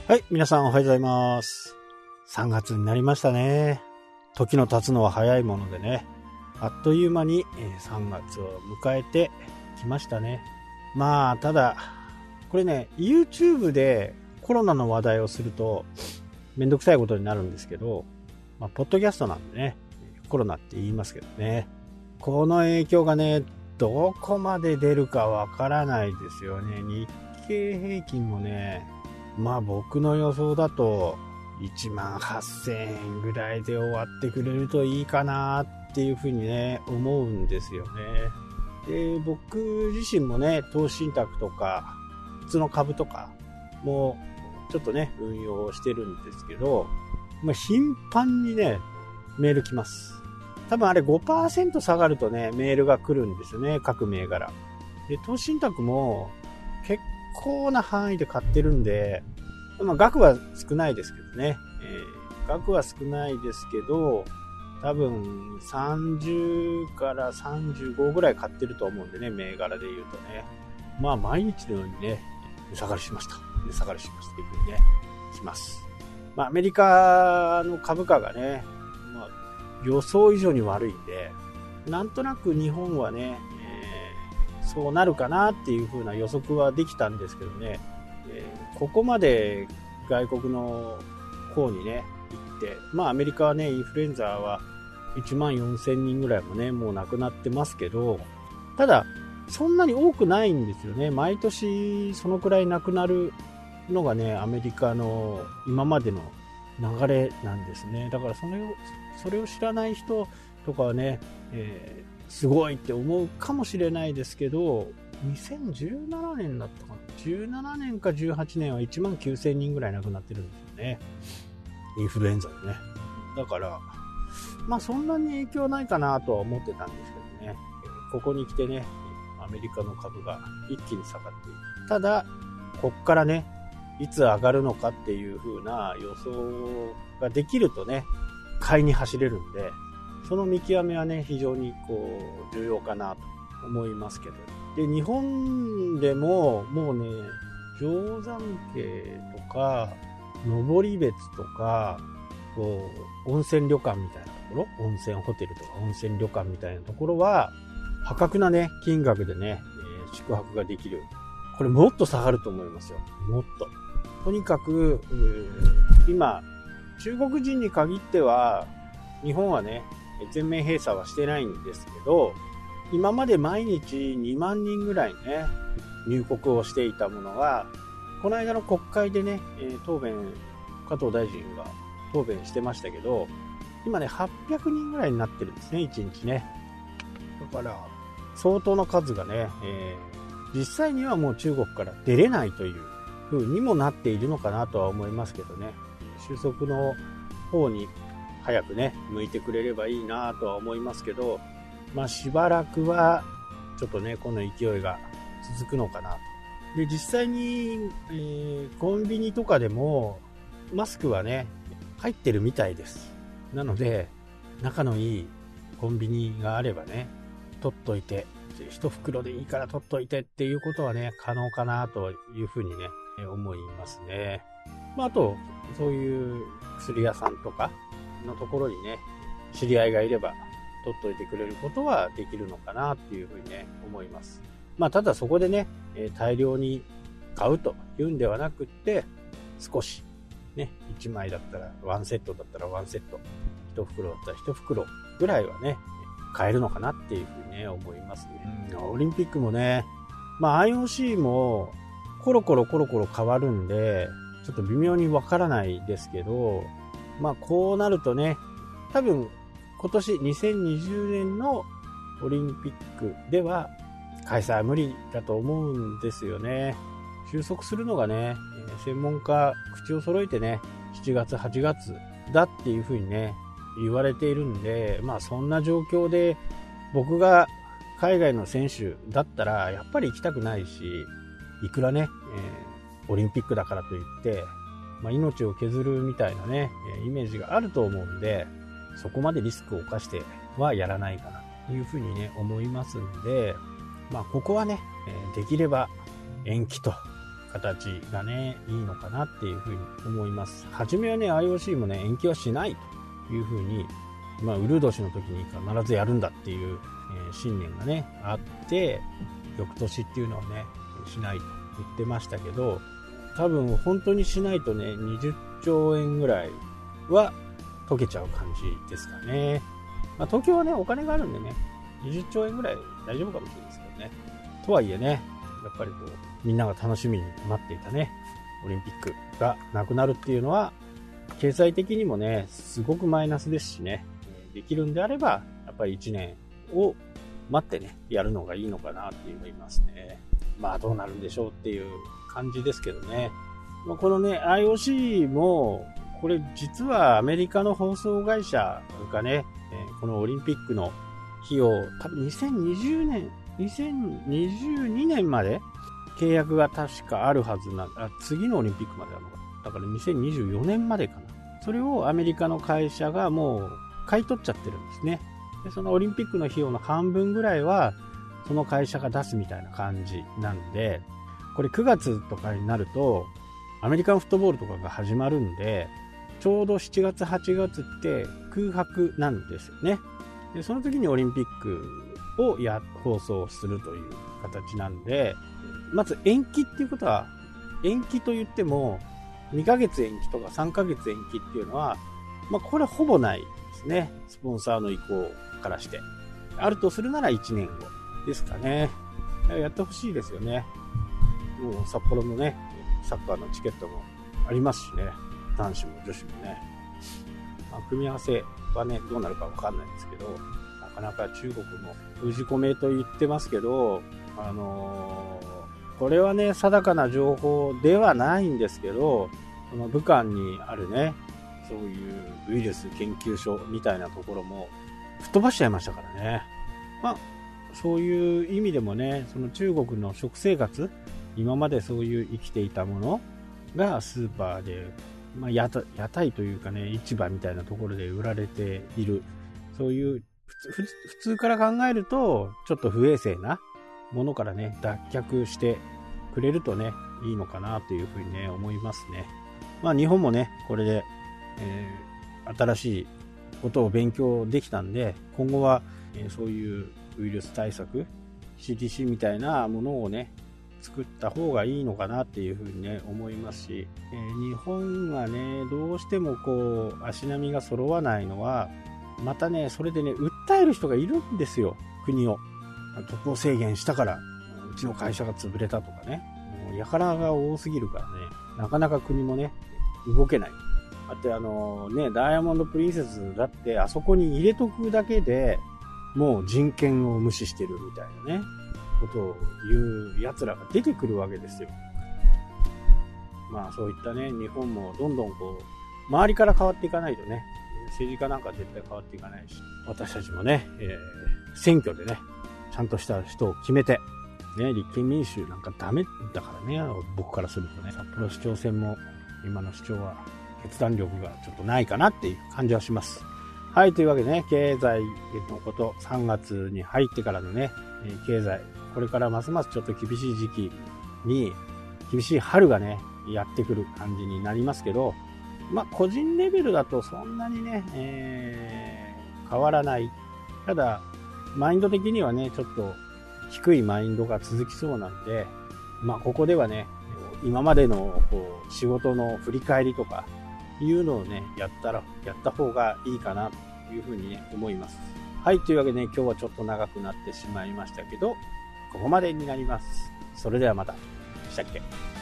はい、皆さんおはようございます。3月になりましたね。時の経つのは早いものでね、あっという間に3月を迎えてきましたね。まあ、ただ、これね、YouTube でコロナの話題をするとめんどくさいことになるんですけど、ポッドキャストなんでね、コロナって言いますけどね、この影響がね、どこまで出るかわからないですよね。日経平均もね、僕の予想だと18,000円ぐらいで終わってくれるといいかなっていうふうにね思うんですよね。で、僕自身もね投資信託とか普通の株とかもちょっとね運用してるんですけど、頻繁にねメール来ます。多分あれ 5% 下がるとねメールが来るんですよね、各銘柄で。投資信託も結構な範囲で買ってるんで、額は少ないですけどね、額は少ないですけど、多分30から35ぐらい買ってると思うんでね、銘柄で言うとね、毎日のようにね値下がりしました、値下がりしましたというふうにねします。アメリカの株価がね、予想以上に悪いんで、なんとなく日本はね、そうなるかなっていう風な予測はできたんですけどね、ここまで外国の方にね行って、アメリカはねインフルエンザは14,000人ぐらいもねもう亡くなってますけど、ただそんなに多くないんですよね。毎年そのくらい亡くなるのがねアメリカの今までの流れなんですね。だからそれを知らない人とかはね、すごいって思うかもしれないですけど、2017年だったかな、17年か18年は19,000人ぐらい亡くなってるんですよね、インフルエンザでね。だからそんなに影響ないかなとは思ってたんですけどね、ここに来てねアメリカの株が一気に下がっている。ただこっからねいつ上がるのかっていう風な予想ができるとね買いに走れるんで、その見極めはね非常に重要かなと思いますけど。で、日本でももうね定山渓とか登別とか温泉旅館みたいなところ、温泉ホテルとか温泉旅館みたいなところは破格なね金額でね、宿泊ができる。これもっと下がると思いますよ。もっとにかく今中国人に限っては日本はね全面閉鎖はしてないんですけど、今まで毎日2万人ぐらいね入国をしていたものは、この間の国会でね加藤大臣が答弁してましたけど、今ね800人ぐらいになってるんですね、1日ね。だから相当な数がね、実際にはもう中国から出れないという風にもなっているのかなとは思いますけどね。収束の方に早くね向いてくれればいいなとは思いますけど、しばらくはちょっとねこの勢いが続くのかなと。で、実際に、コンビニとかでもマスクはね入ってるみたいです。なので仲のいいコンビニがあればね取っといて、一袋でいいから取っといてっていうことはね可能かなというふうにね思いますね。あとそういう薬屋さんとかのところにね知り合いがいれば取っといてくれることはできるのかなっていうふうにね思います。ただそこでね大量に買うというんではなくって、少しね1枚だったら1セットだったら1セット、1袋だったら1袋ぐらいはね買えるのかなっていうふうにね思いますね。オリンピックもね、IOC もコロコロ変わるんでちょっと微妙にわからないですけど、こうなるとね多分今年2020年のオリンピックでは開催は無理だと思うんですよね。収束するのがね専門家口を揃えてね7月8月だっていうふうにね言われているんで、そんな状況で僕が海外の選手だったらやっぱり行きたくないし、いくらね、オリンピックだからといって、命を削るみたいなねイメージがあると思うんで、そこまでリスクを冒してはやらないかなというふうにね思いますんで、ここはねできれば延期と形がね、いいのかなっていうふうに思います。はじめはね、IOC もね、延期はしないというふうに、ウルー年の時に必ずやるんだっていう、信念がね、あって、翌年っていうのをね、しないと言ってましたけど、多分本当にしないとね、20兆円ぐらいは溶けちゃう感じですかね。東京はね、お金があるんでね、20兆円ぐらい大丈夫かもしれないですけどね。とはいえね、やっぱりこう、みんなが楽しみに待っていたね、オリンピックがなくなるっていうのは、経済的にもね、すごくマイナスですしね、できるんであれば、やっぱり1年を待ってね、やるのがいいのかなって思いますね。どうなるんでしょうっていう感じですけどね。このね、IOC も、これ実はアメリカの放送会社がね、このオリンピックの費用、多分2022年まで契約が確かあるはず次のオリンピックまでなのか。だから2024年までかな。それをアメリカの会社がもう買い取っちゃってるんですね。でそのオリンピックの費用の半分ぐらいはその会社が出すみたいな感じなんで、これ9月とかになるとアメリカンフットボールとかが始まるんで、ちょうど7月8月って空白なんですよね。でその時にオリンピックを放送するという形なんで、まず延期っていうことは、延期と言っても2ヶ月延期とか3ヶ月延期っていうのは、これほぼないですね。スポンサーの意向からして。あるとするなら1年後ですかね。やってほしいですよね。もう札幌のね、サッカーのチケットもありますしね。男子も女子もね。組み合わせはね、どうなるかわかんないんですけど、なかなか中国も封じ込めと言ってますけど、これはね、定かな情報ではないんですけど、その武漢にあるね、そういうウイルス研究所みたいなところも吹っ飛ばしちゃいましたからね。そういう意味でもね、その中国の食生活、今までそういう生きていたものがスーパーで、屋台というかね、市場みたいなところで売られている、そういう普通から考えるとちょっと不衛生なものからね、脱却してくれるとね、いいのかなというふうにね、思いますね。日本もね、これで、新しいことを勉強できたんで、今後は、そういうウイルス対策 CDC みたいなものをね、作った方がいいのかなっていうふうにね、思いますし、日本がね、どうしてもこう足並みが揃わないのは、またね、それでね、訴える人がいるんですよ、国を。渡航制限したからうちの会社が潰れたとかね、もう輩が多すぎるからね、なかなか国もね、動けない。だってダイヤモンドプリンセスだってあそこに入れとくだけでもう人権を無視してるみたいなね、ことを言う奴らが出てくるわけですよ。そういったね、日本もどんどんこう周りから変わっていかないとね、政治家なんか絶対変わっていかないし、私たちもね、選挙でね、ちゃんとした人を決めて、ね、立憲民主なんかダメだからね、僕からするとね、札幌市長選も今の市長は決断力がちょっとないかなっていう感じはします。はい、というわけでね、経済のこと、3月に入ってからのね、経済、これからますますちょっと厳しい時期に、厳しい春がね、やってくる感じになりますけど、個人レベルだとそんなにね、変わらない。ただ、マインド的にはね、ちょっと低いマインドが続きそうなんで、ここではね、今までのこう仕事の振り返りとかいうのをね、やった方がいいかなというふうにね、思います。はい、というわけでね、今日はちょっと長くなってしまいましたけど、ここまでになります。それではまた。したっけ？